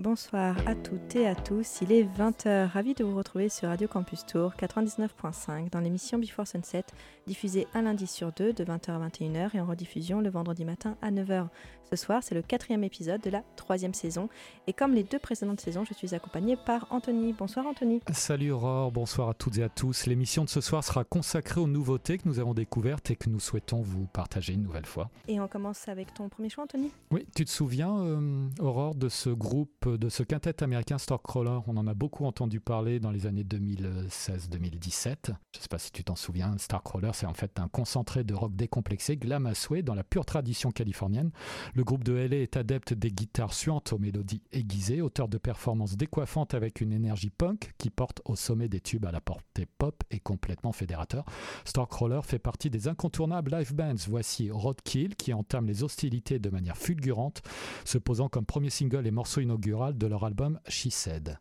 Bonsoir à toutes et à tous, il est 20h, ravi de vous retrouver sur Radio Campus Tour 99.5 dans l'émission Before Sunset, diffusée un lundi sur deux de 20h à 21h et en rediffusion le vendredi matin à 9h. Ce soir, c'est le 4e épisode de la 3e saison et comme les 2 précédentes saisons, je suis accompagnée par Anthony. Bonsoir Anthony. Salut Aurore, bonsoir à toutes et à tous. L'émission de ce soir sera consacrée aux nouveautés que nous avons découvertes et que nous souhaitons vous partager une nouvelle fois. Et on commence avec ton premier choix Anthony. Oui, tu te souviens Aurore de ce groupe, de ce quintet américain Starcrawler? On en a beaucoup entendu parler dans les années 2016-2017. Je ne sais pas si tu t'en souviens, Starcrawler c'est en fait un concentré de rock décomplexé, glam à souhait dans la pure tradition californienne. Le groupe de LA est adepte des guitares suantes aux mélodies aiguisées, auteur de performances décoiffantes avec une énergie punk qui porte au sommet des tubes à la portée pop et complètement fédérateur. Starcrawler fait partie des incontournables live bands. Voici Roadkill qui entame les hostilités de manière fulgurante, se posant comme premier single et morceau inaugural de leur album She Said.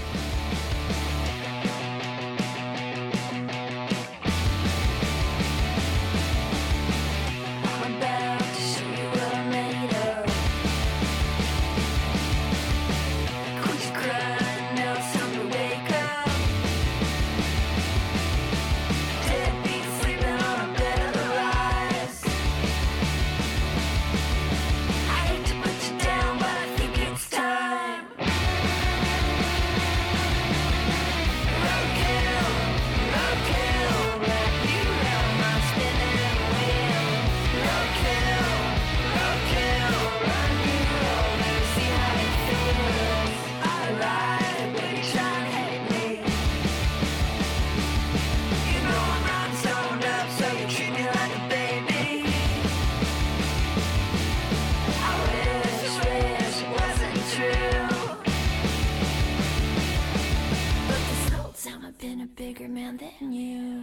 Bigger man than you.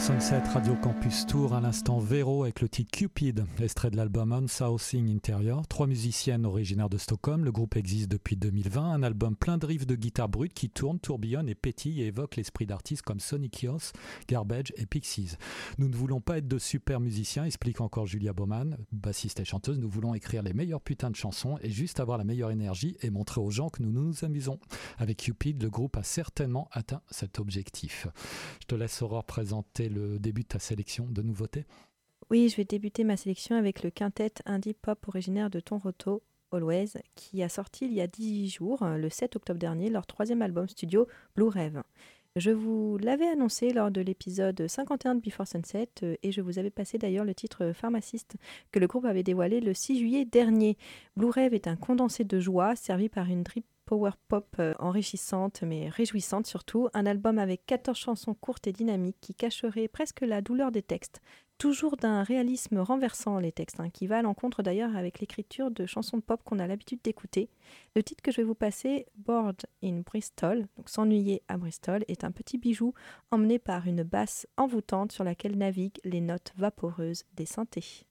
Sunset, Radio Campus Tour, à l'instant Véro avec le titre Cupid, extrait de l'album Unsourcing Interior. 3 musiciennes originaires de Stockholm, le groupe existe depuis 2020, un album plein de riffs de guitare brute qui tourne, tourbillonne et pétille et évoque l'esprit d'artistes comme Sonic Youth, Garbage et Pixies. Nous ne voulons pas être de super musiciens, explique encore Julia Baumann, bassiste et chanteuse, nous voulons écrire les meilleures putains de chansons et juste avoir la meilleure énergie et montrer aux gens que nous nous amusons. Avec Cupid, le groupe a certainement atteint cet objectif. Je te laisse Aurore présenter le début de ta sélection de nouveautés. Oui, je vais débuter ma sélection avec le quintet indie pop originaire de Toronto, Always, qui a sorti il y a 10 jours, le 7 octobre dernier, leur 3e album studio, Blue Rêve. Je vous l'avais annoncé lors de l'épisode 51 de Before Sunset et je vous avais passé d'ailleurs le titre Pharmaciste que le groupe avait dévoilé le 6 juillet dernier. Blue Rêve est un condensé de joie servi par une drip power pop enrichissante mais réjouissante surtout, un album avec 14 chansons courtes et dynamiques qui cacheraient presque la douleur des textes. Toujours d'un réalisme renversant les textes, qui va à l'encontre d'ailleurs avec l'écriture de chansons pop qu'on a l'habitude d'écouter. Le titre que je vais vous passer, Bored in Bristol, donc s'ennuyer à Bristol, est un petit bijou emmené par une basse envoûtante sur laquelle naviguent les notes vaporeuses des synthés.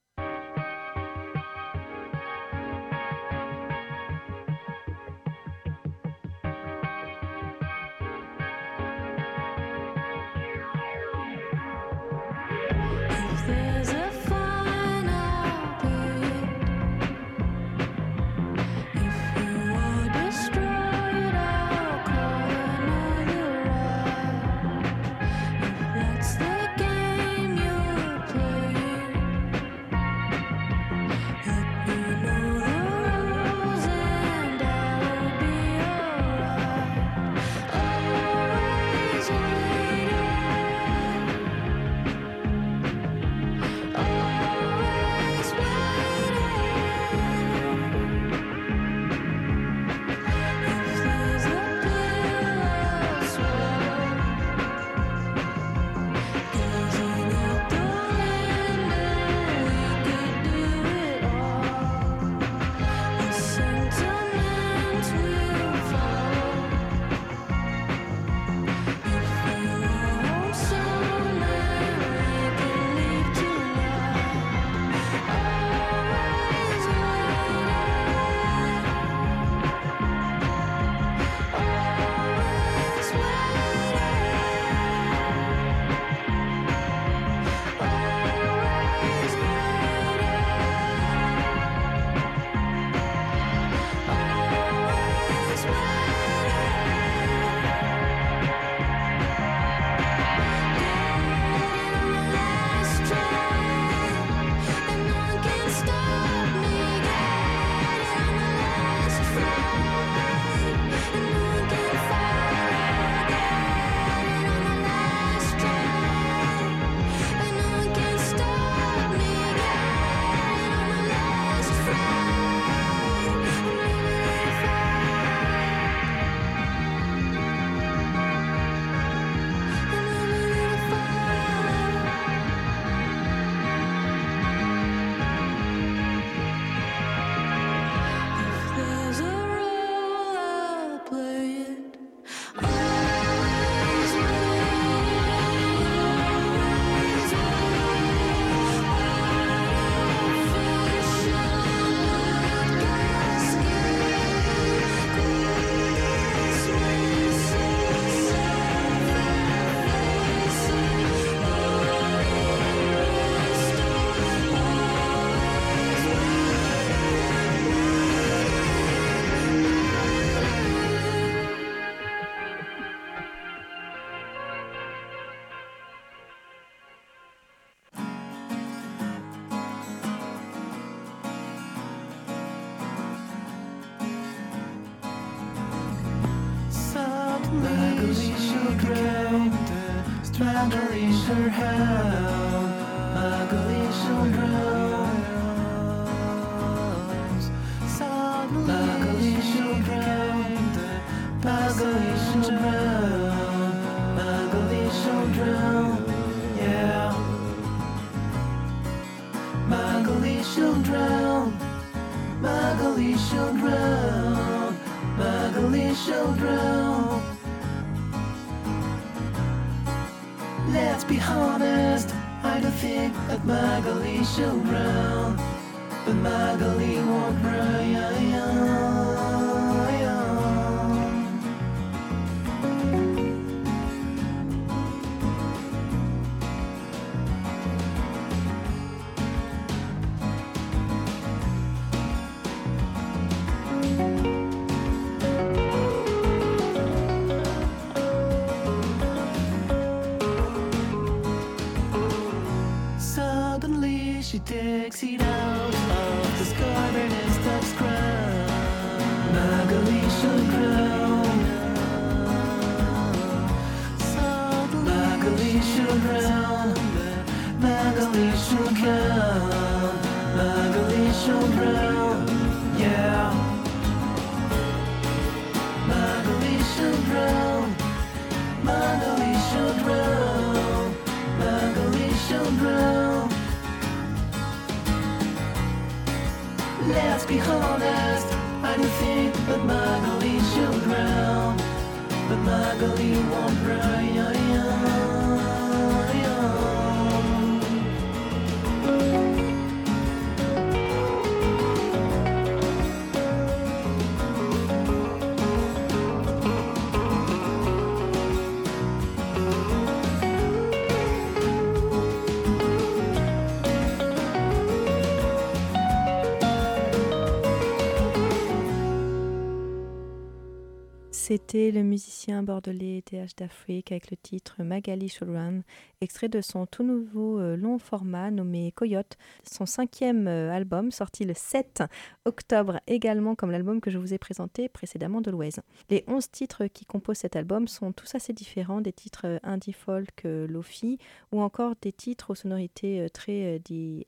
Her hand, my Galician drowns. My Galician drowned, my Galician drowned, my Galician drowned, yeah. My Galician drowned, my Galician drowned, my Galician drowned. Let's be be honest, I do think that Magali shall drown, but Magali won't drown. Suddenly she takes it out of the garden and starts crying. Magali shall drown. Suddenly Magali shall drown. Magali shall drown. Magali shall drown. Yeah. Magali shall drown. Magali shall drown. Magali shall drown. Let's be honest, I do think that Magali shall drown, but Magali won't drown. C'était le musicien bordelais TH d'Afrique avec le titre Magali Shall, extrait de son tout nouveau long format nommé Coyote, son 5e album sorti le 7 octobre également comme l'album que je vous ai présenté précédemment de Louise. Les 11 titres qui composent cet album sont tous assez différents, des titres indie folk, lofi ou encore des titres aux sonorités très DIY,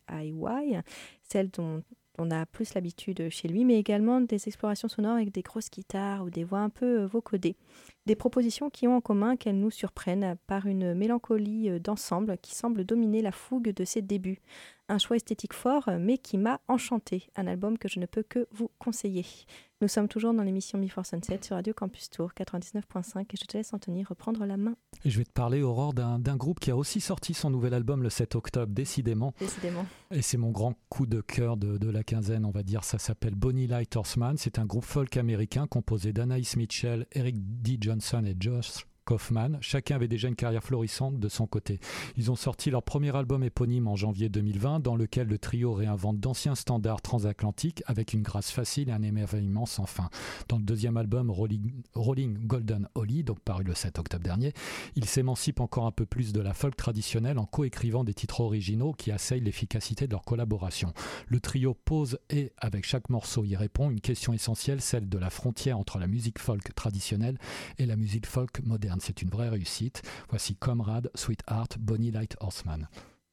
celles dont on a plus l'habitude chez lui, mais également des explorations sonores avec des grosses guitares ou des voix un peu vocodées. Des propositions qui ont en commun qu'elles nous surprennent par une mélancolie d'ensemble qui semble dominer la fougue de ses débuts. Un choix esthétique fort, mais qui m'a enchanté. Un album que je ne peux que vous conseiller. Nous sommes toujours dans l'émission Before Sunset sur Radio Campus Tour 99.5 et je te laisse Anthony reprendre la main. Et je vais te parler, Aurore, d'un groupe qui a aussi sorti son nouvel album le 7 octobre, décidément. Et c'est mon grand coup de cœur de la quinzaine, on va dire. Ça s'appelle Bonnie Light Horseman. C'est un groupe folk américain composé d'Anaïs Mitchell, Eric D. Johnson et Josh Kaufman. Chacun avait déjà une carrière florissante de son côté. Ils ont sorti leur premier album éponyme en janvier 2020, dans lequel le trio réinvente d'anciens standards transatlantiques avec une grâce facile et un émerveillement sans fin. Dans le deuxième album, Rolling Golden Holly, donc paru le 7 octobre dernier, ils s'émancipent encore un peu plus de la folk traditionnelle en coécrivant des titres originaux qui asseyent l'efficacité de leur collaboration. Le trio pose et, avec chaque morceau, y répond une question essentielle, celle de la frontière entre la musique folk traditionnelle et la musique folk moderne. C'est une vraie réussite. Voici Comrade, Sweetheart, Bonnie Light Horseman.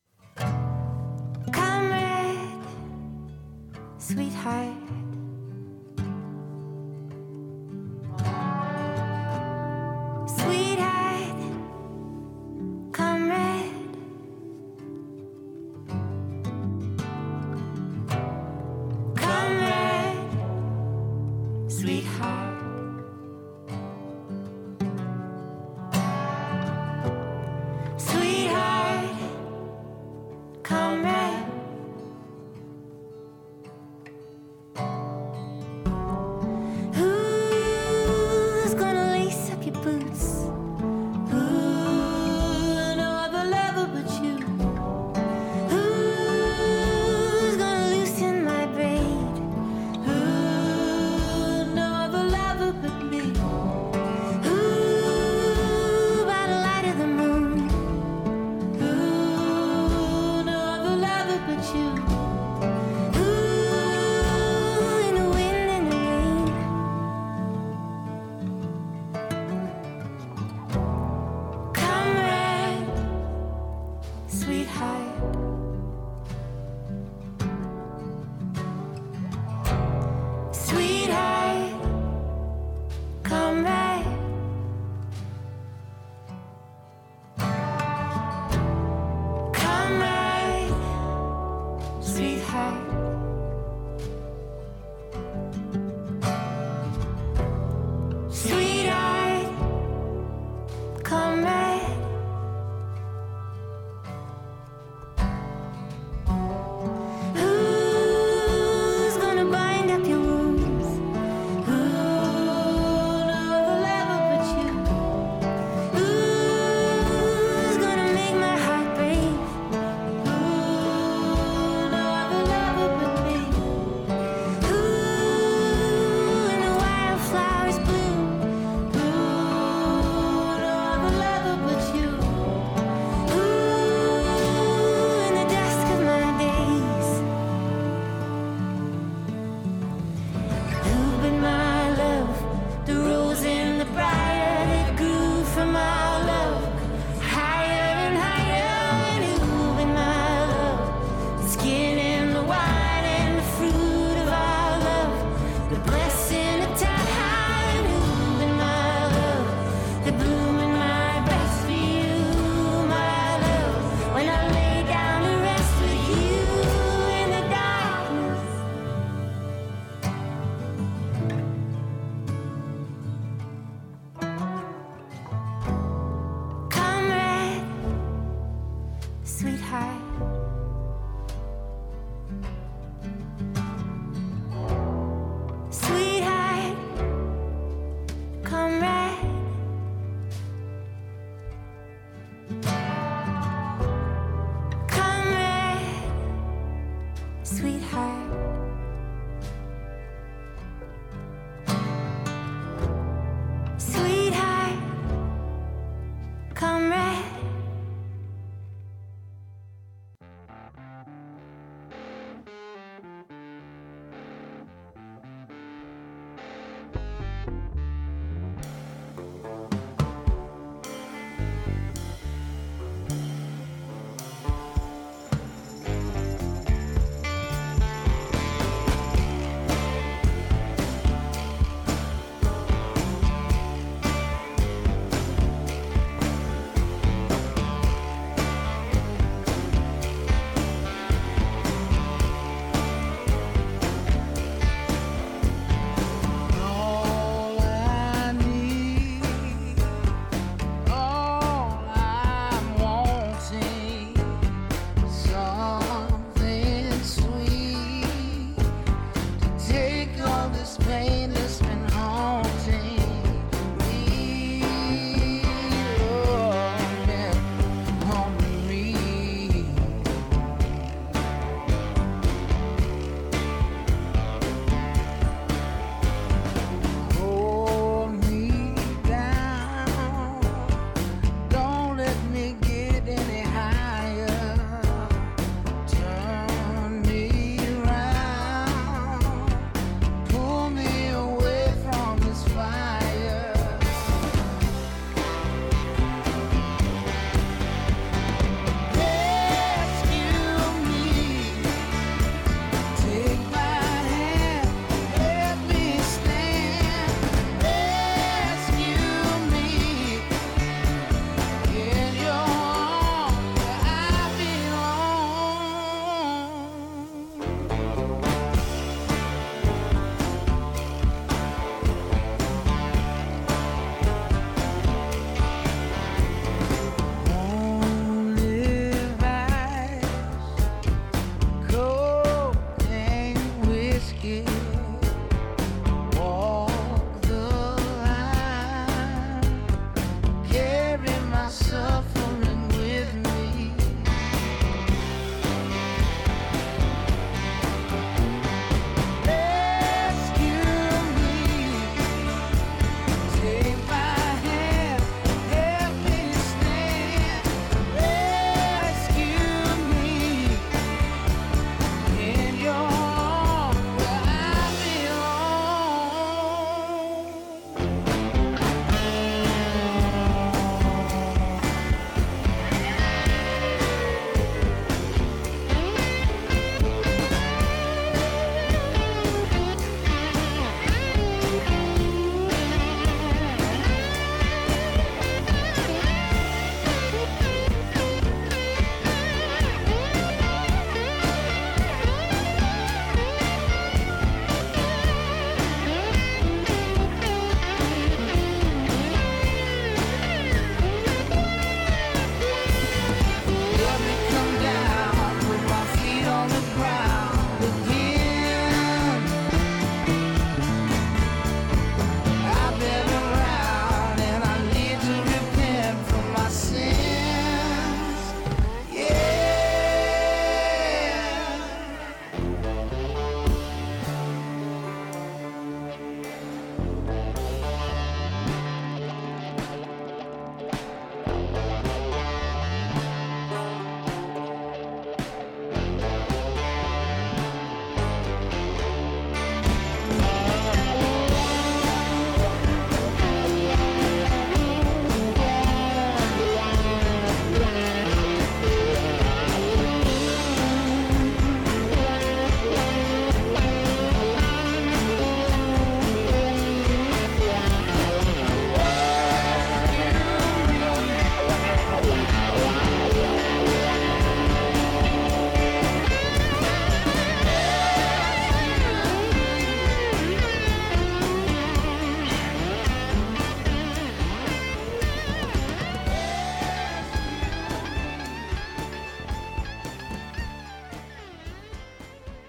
Comrade, sweetheart. Sweetheart, comrade. Comrade, sweetheart. Comrade,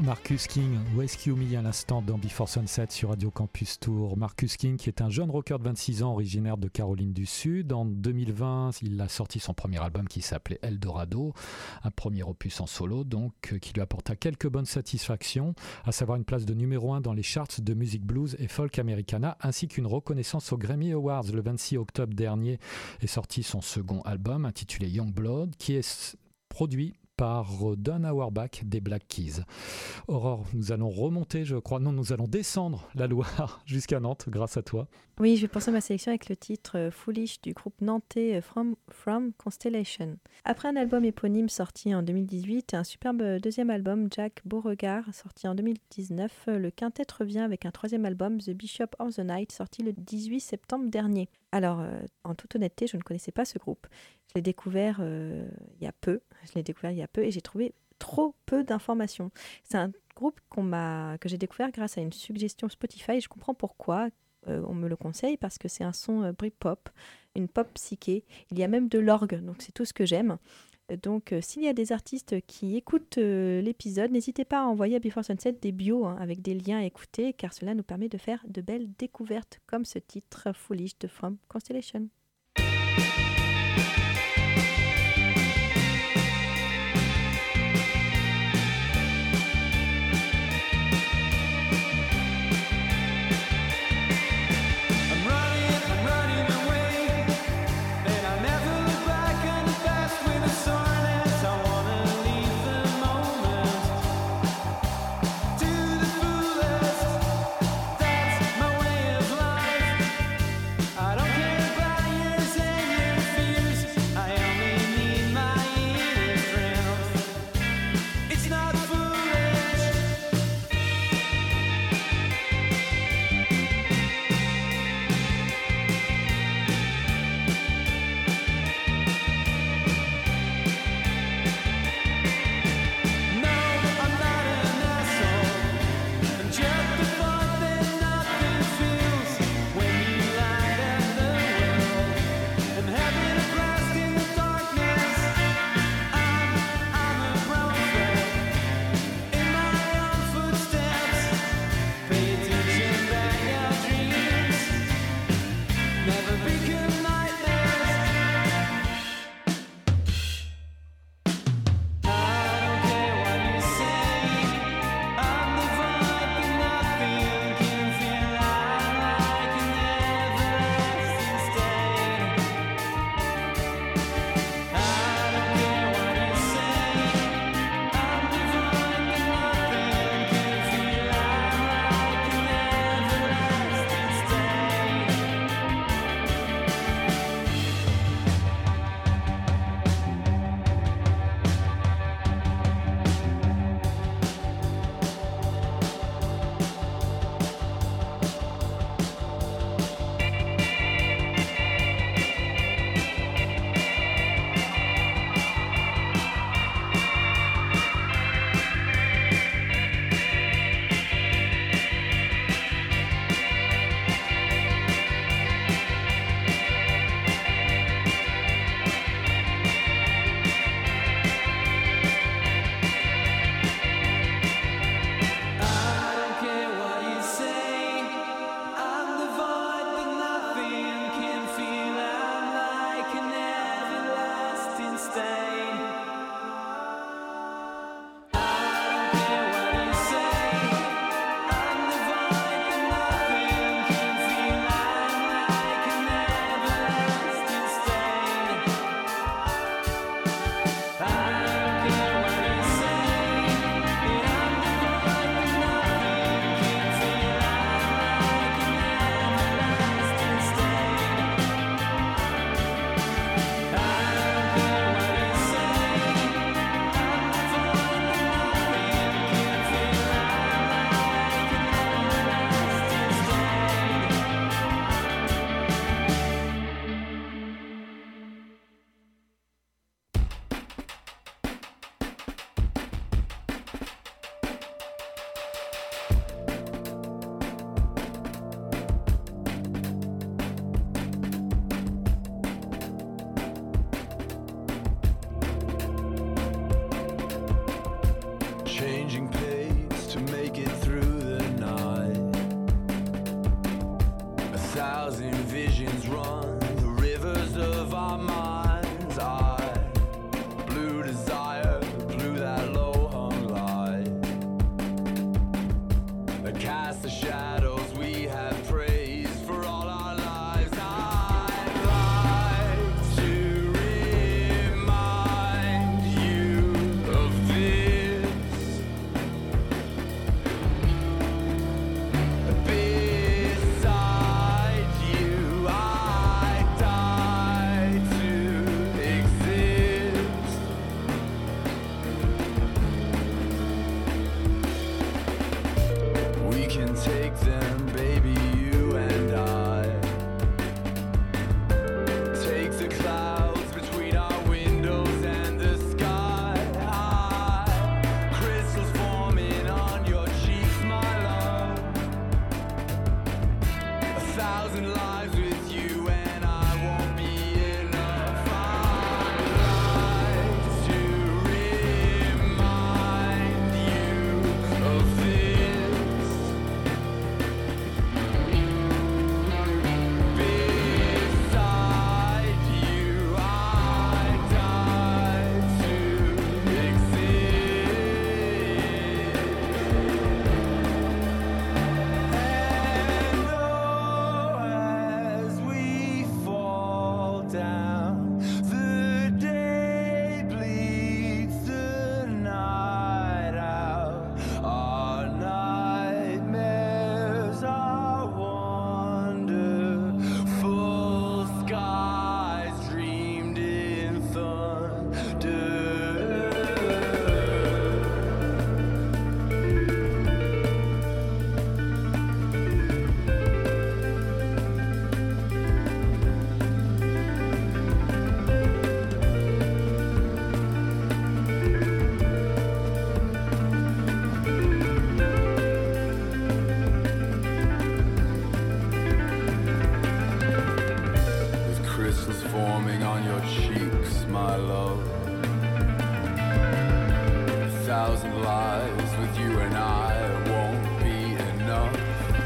Marcus King, Rescue Me à l'instant dans Before Sunset sur Radio Campus Tour. Marcus King qui est un jeune rocker de 26 ans originaire de Caroline du Sud. En 2020, il a sorti son premier album qui s'appelait Eldorado, un premier opus en solo donc qui lui apporta quelques bonnes satisfactions, à savoir une place de numéro 1 dans les charts de musique blues et folk americana ainsi qu'une reconnaissance aux Grammy Awards. Le 26 octobre dernier est sorti son second album intitulé Youngblood qui est produit par Don Auerbach des Black Keys. Aurore, nous allons remonter, je crois, non, nous allons descendre la Loire jusqu'à Nantes grâce à toi. Oui, je vais poursuivre ma sélection avec le titre Foolish du groupe nantais From Constellation. Après un album éponyme sorti en 2018 et un superbe deuxième album, Jack Beauregard, sorti en 2019, le quintet revient avec un troisième album, The Bishop of the Night, sorti le 18 septembre dernier. Alors, en toute honnêteté, je ne connaissais pas ce groupe. Je l'ai découvert il y a peu et j'ai trouvé trop peu d'informations. C'est un groupe que j'ai découvert grâce à une suggestion Spotify. Je comprends pourquoi on me le conseille, parce que c'est un son Britpop, une pop psyché. Il y a même de l'orgue, donc c'est tout ce que j'aime. Donc, s'il y a des artistes qui écoutent l'épisode, n'hésitez pas à envoyer à Before Sunset des bios avec des liens à écouter, car cela nous permet de faire de belles découvertes, comme ce titre Foolish de From Constellation. I don't care about you. forming on your cheeks, my love. 1,000 lives with you and I won't be enough.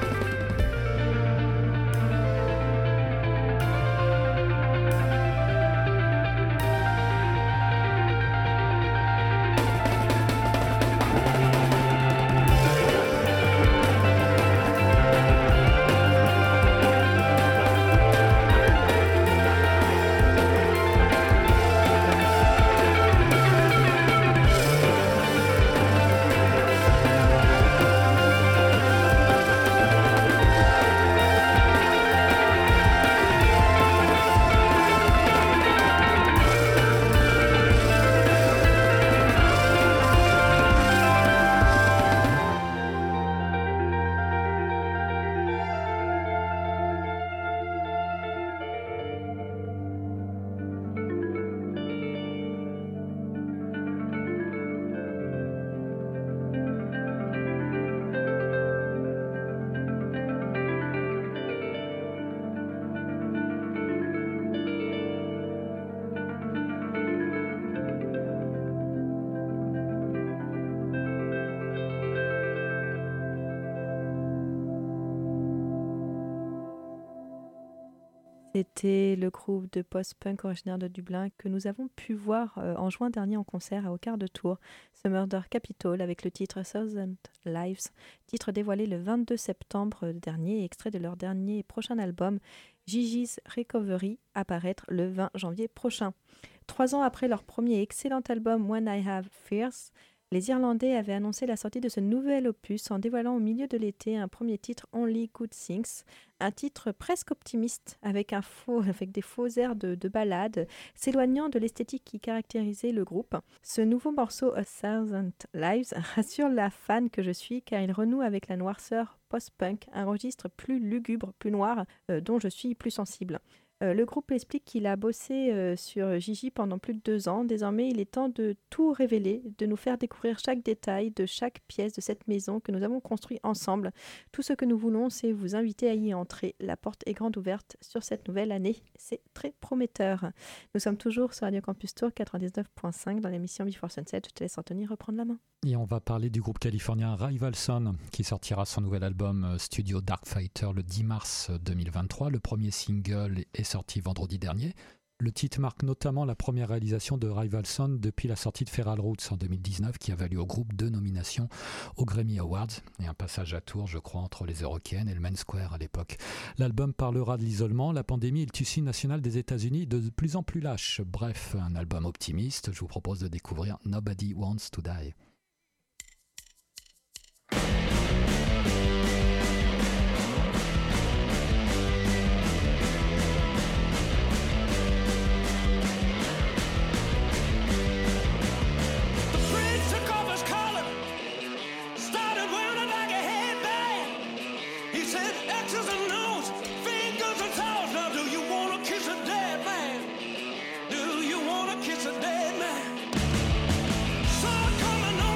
C'était le groupe de post-punk originaire de Dublin que nous avons pu voir en juin dernier en concert à Au Quart de Tour, ce Murder Capital avec le titre Thousand Lives, titre dévoilé le 22 septembre dernier et extrait de leur dernier et prochain album Gigi's Recovery, à paraître le 20 janvier prochain. 3 ans après leur premier excellent album When I Have Fears, les Irlandais avaient annoncé la sortie de ce nouvel opus en dévoilant au milieu de l'été un premier titre Only Good Things, un titre presque optimiste avec des faux airs de ballade, s'éloignant de l'esthétique qui caractérisait le groupe. Ce nouveau morceau A Thousand Lives rassure la fan que je suis car il renoue avec la noirceur post-punk, un registre plus lugubre, plus noir, dont je suis plus sensible. Le groupe explique qu'il a bossé sur Gigi pendant plus de 2 ans. Désormais, il est temps de tout révéler, de nous faire découvrir chaque détail de chaque pièce de cette maison que nous avons construite ensemble. Tout ce que nous voulons, c'est vous inviter à y entrer. La porte est grande ouverte sur cette nouvelle année. C'est très prometteur. Nous sommes toujours sur Radio Campus Tour 99.5 dans l'émission Before Sunset. Je te laisse Anthony reprendre la main. Et on va parler du groupe californien Rivalson qui sortira son nouvel album Studio Dark Fighter le 10 mars 2023. Le premier single est sorti vendredi dernier. Le titre marque notamment la première réalisation de Rivalson depuis la sortie de Feral Roots en 2019 qui a valu au groupe 2 nominations aux Grammy Awards et un passage à tour, je crois, entre les Eurocaines et le Main Square à l'époque. L'album parlera de l'isolement, la pandémie et le tissu national des États-Unis de plus en plus lâche. Bref, un album optimiste. Je vous propose de découvrir Nobody Wants to Die. Coming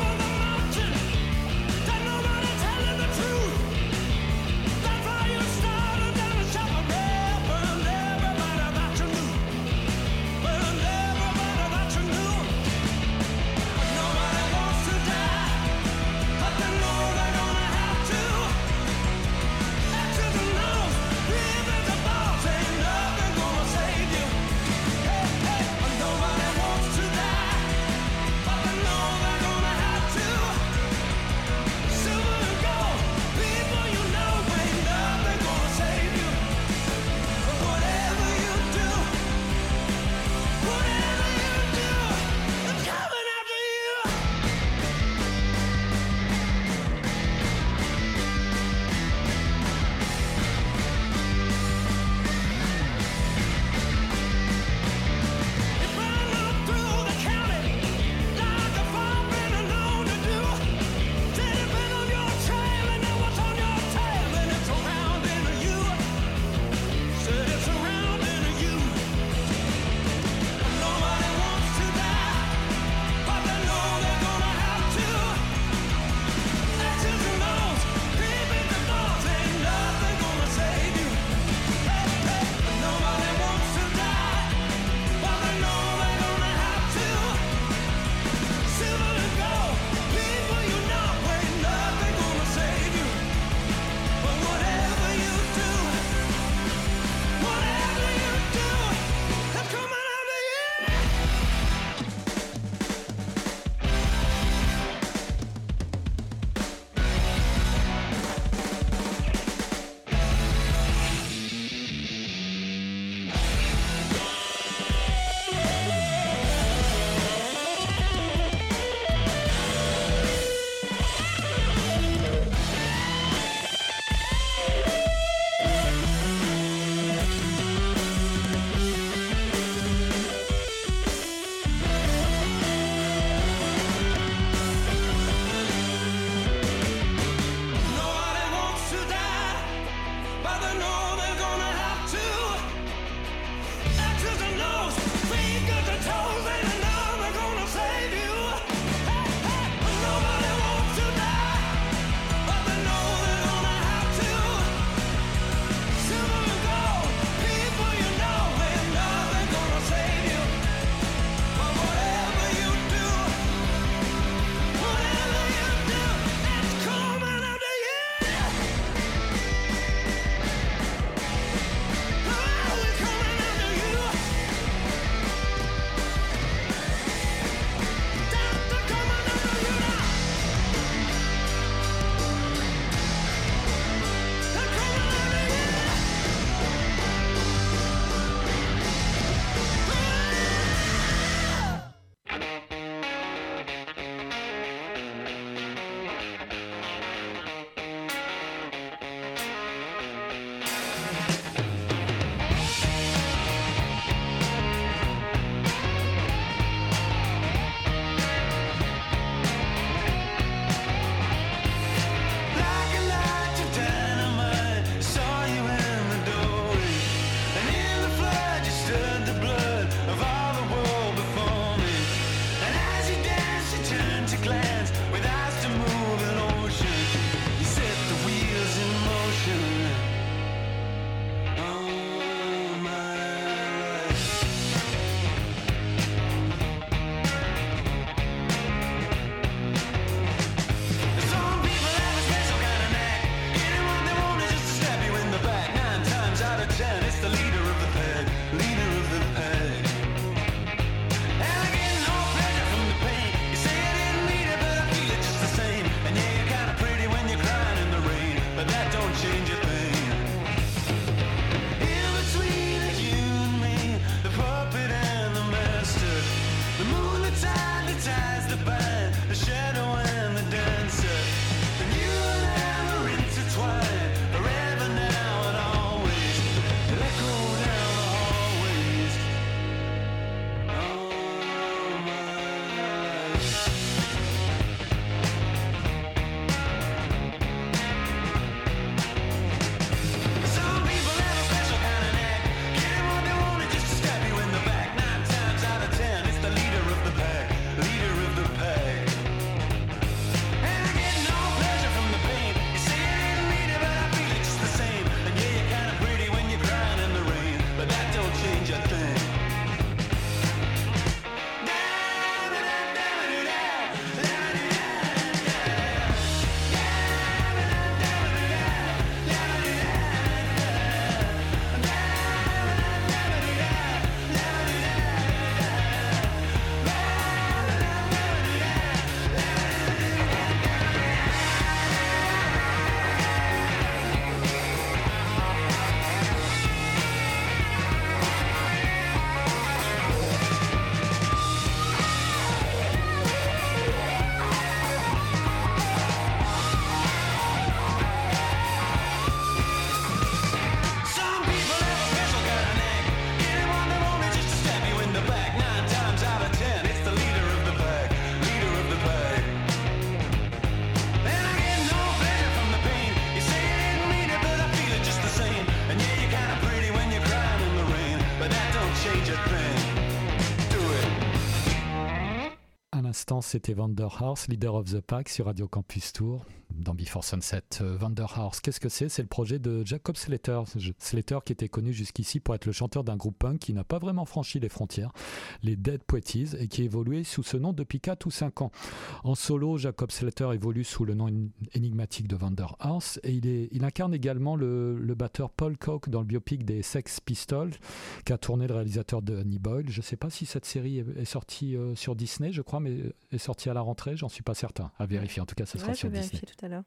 C'était Vanderhorst, Leader of the Pack sur Radio Campus Tour. Dans Before Sunset, Vanderhorst, qu'est-ce que c'est ? C'est le projet de Jacob Slater. Slater qui était connu jusqu'ici pour être le chanteur d'un groupe punk qui n'a pas vraiment franchi les frontières, les Dead Poeties, et qui évoluait sous ce nom depuis 4 ou 5 ans. En solo, Jacob Slater évolue sous le nom énigmatique de Vanderhorst et il incarne également le batteur Paul Coke dans le biopic des Sex Pistols qu'a tourné le réalisateur de Danny Boyle. Je ne sais pas si cette série est sortie sur Disney, je crois, mais est sortie à la rentrée, j'en suis pas certain. À vérifier, en tout cas, ça sera sur Disney. Tout à l'heure.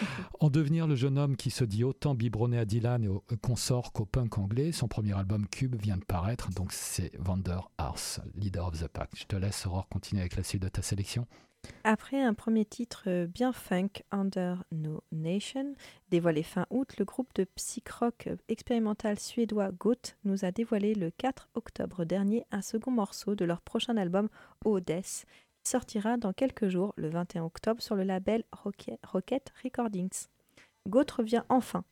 En devenir le jeune homme qui se dit autant biberonné à Dylan et au consort qu'au punk anglais, son premier album Cube vient de paraître, donc c'est Vanderhorst, Leader of the Pack. Je te laisse, Aurore, continuer avec la suite de ta sélection. Après un premier titre bien funk, Under No Nation, dévoilé fin août, le groupe de psych-rock expérimental suédois Goat nous a dévoilé le 4 octobre dernier un second morceau de leur prochain album Odess, qui sortira dans quelques jours, le 21 octobre, sur le label Rocket Recordings. Goat revient enfin.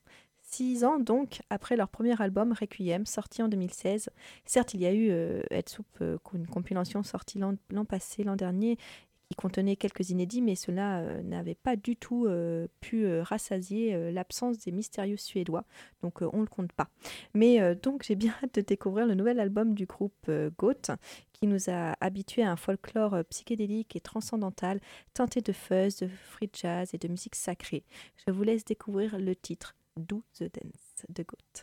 6 ans donc après leur premier album Requiem, sorti en 2016. Certes, il y a eu Head Soup, une compilation sortie l'an passé, l'an dernier, qui contenait quelques inédits, mais cela n'avait pas du tout pu rassasier l'absence des mystérieux Suédois, donc on ne le compte pas. Mais donc j'ai bien hâte de découvrir le nouvel album du groupe Goat, qui nous a habitués à un folklore psychédélique et transcendantal, teinté de fuzz, de free jazz et de musique sacrée. Je vous laisse découvrir le titre Do the Dance de Goat.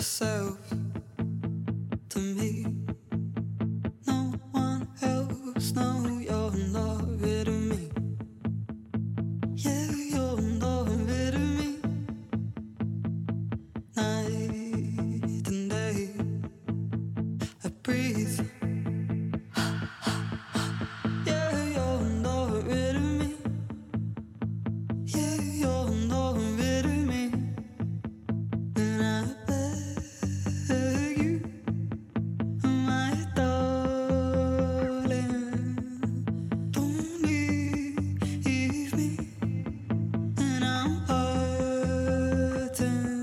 yourself to me. No one else, no, you're not rid of me. Yeah, you're not rid of me. Night and day, I breathe. Yeah, you're not rid of me. Yeah, you're not rid of me. And I beg you, my darling, don't leave me. And I'm hurting.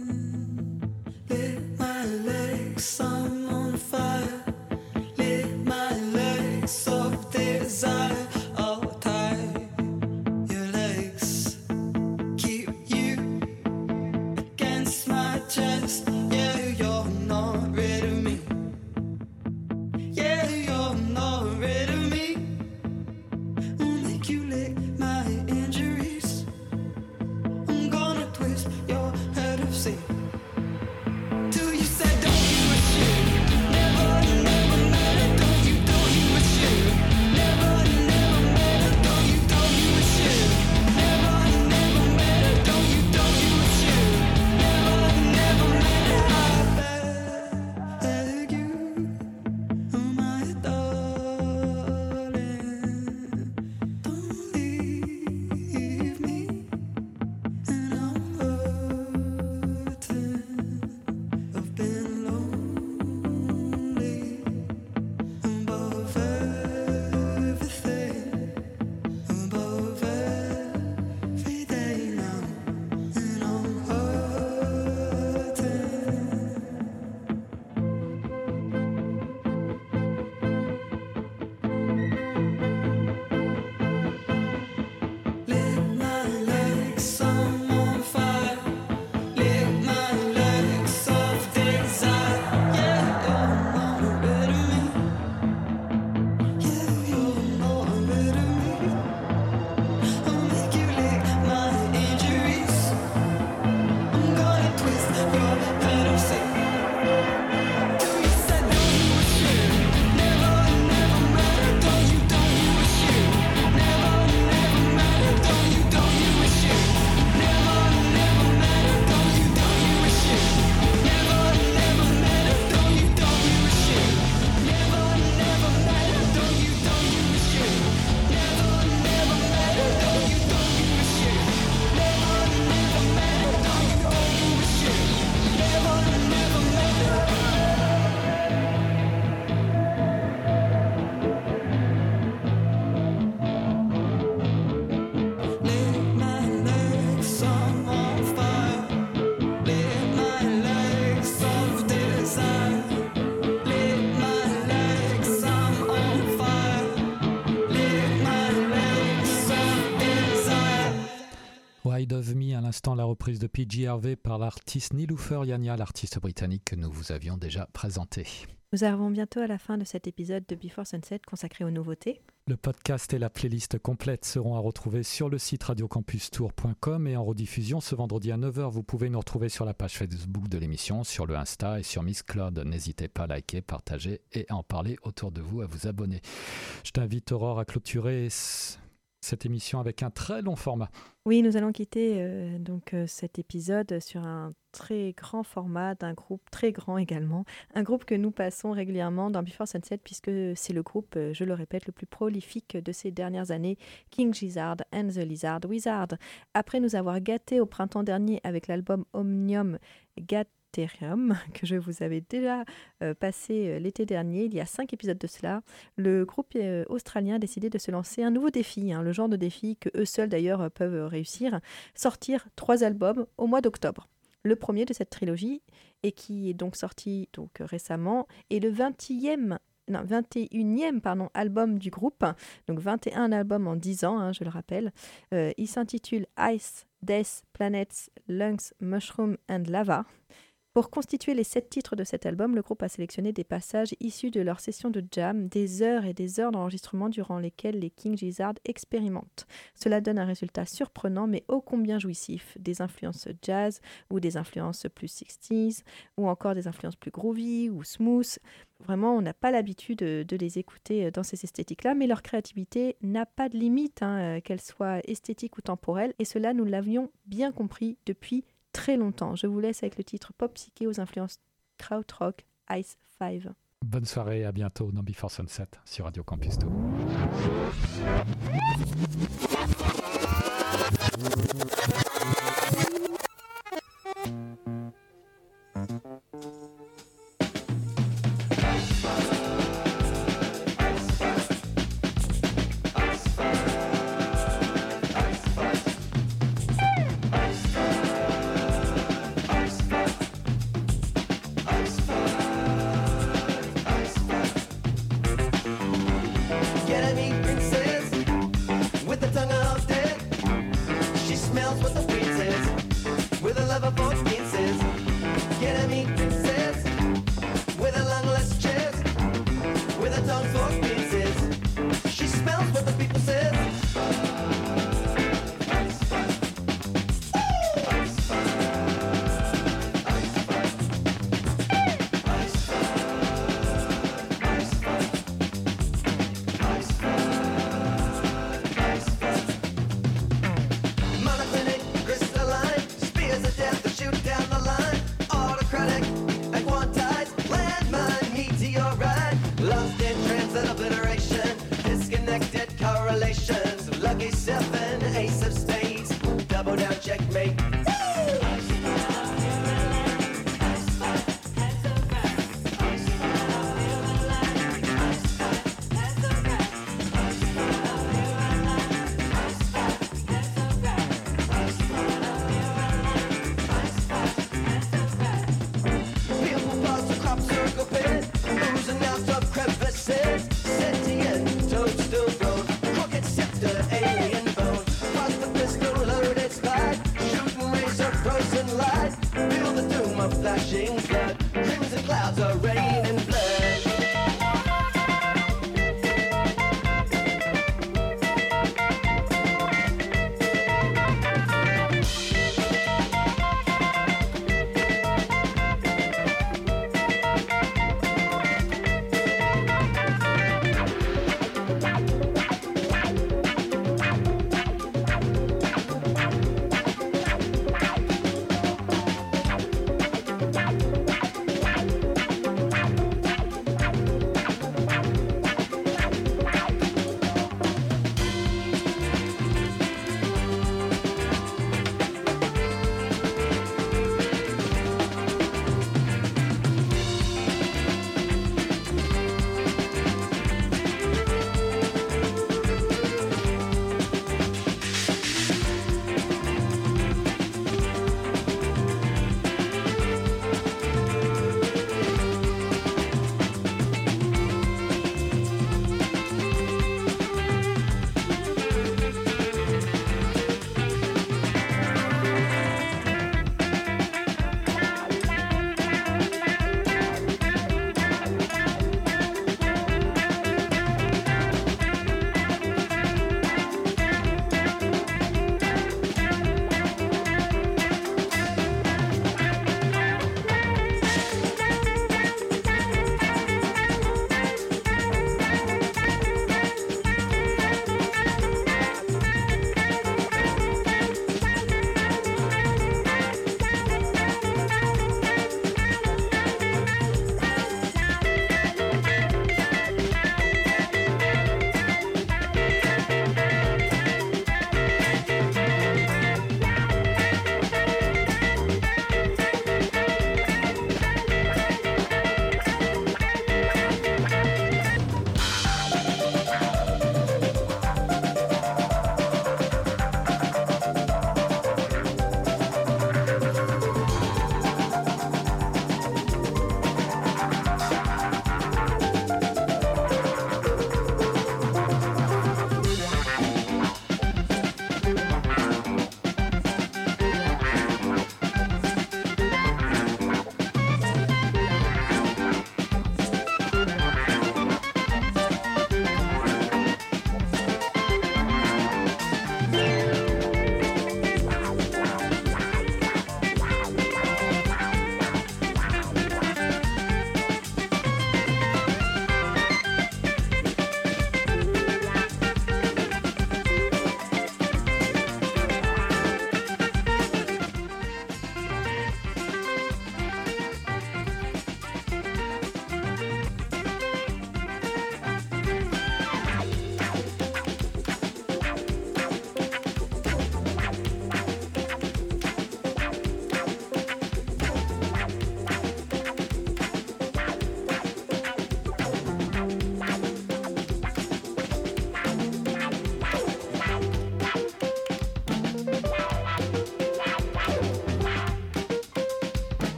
Lit my legs, I'm on fire. Lit my legs of desire. I'll tie your legs, keep you against my chest. Yeah, you're not rid of me. Yeah, you're not rid of me. I'll make you lick my injuries. I'm gonna twist your head of sea. Till you said don't you a shit. Never, never matter. Don't you a shit. Never, never matter. Don't you a shit. Never, never matter. Don't you a shit. Never, never matter. I beg you, my darling, don't leave me. And I'm hurting. I've been lonely above everything, above every day now, and I'm hurting. Lit my legs, I'm on fire. Lit my legs of desire. Yeah, you're not rid of me. Yeah, you're not rid of me. I'll make you lick my injuries. I'm gonna twist your head of sea. Till you said don't you a shit. Never, never matter. Don't you a shit. Never, never matter. Don't you a shit. Never, never matter. Don't you a shit. Never, never matter. Don't you a shit. Never, never matter. Don't you a shit. Never, never matter. Don't you a shit. Never, never matter. Don't you a shit. Never, never matter. Lit my legs, I'm on fire. Lit my legs of desire. Lit my legs, I'm on fire. Lit my legs of desire. Wide of Me, à l'instant la reprise de PG Harvey par l'artiste Niloufer Yanya, l'artiste britannique que nous vous avions déjà présenté. Nous arrivons bientôt à la fin de cet épisode de Before Sunset consacré aux nouveautés. Le podcast et la playlist complète seront à retrouver sur le site radiocampustour.com et en rediffusion ce vendredi à 9h. Vous pouvez nous retrouver sur la page Facebook de l'émission, sur le Insta et sur Miss Claude. N'hésitez pas à liker, partager et à en parler autour de vous, à vous abonner. Je t'invite Aurore à clôturer cette émission avec un très long format. Oui, nous allons quitter cet épisode sur un très grand format d'un groupe très grand également, un groupe que nous passons régulièrement dans Before Sunset puisque c'est le groupe, je le répète, le plus prolifique de ces dernières années, King Gizzard and the Lizard Wizard. Après nous avoir gâtés au printemps dernier avec l'album Omnium Gatherium, que je vous avais déjà passé l'été dernier, il y a 5 épisodes de cela, le groupe australien a décidé de se lancer un nouveau défi, le genre de défi que eux seuls d'ailleurs peuvent réussir, sortir 3 albums au mois d'octobre. Le premier de cette trilogie, et qui est donc sorti récemment, est le 21e album du groupe, donc 21 albums en 10 ans, je le rappelle. Il s'intitule Ice, Death, Planets, Lungs, Mushroom and Lava. Pour constituer les 7 titres de cet album, le groupe a sélectionné des passages issus de leur session de jam, des heures et des heures d'enregistrement durant lesquelles les King Gizzard expérimentent. Cela donne un résultat surprenant mais ô combien jouissif, des influences jazz ou des influences plus 60s ou encore des influences plus groovy ou smooth. Vraiment, on n'a pas l'habitude de les écouter dans ces esthétiques-là, mais leur créativité n'a pas de limite, qu'elle soit esthétique ou temporelle, et cela nous l'avions bien compris depuis très longtemps. Je vous laisse avec le titre pop psyché aux influences krautrock, Ice 5. Bonne soirée, à bientôt dans Before Sunset sur Radio Campus Tour. Get a meat princess with the tongue of death. She smells what the prince is.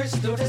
crystal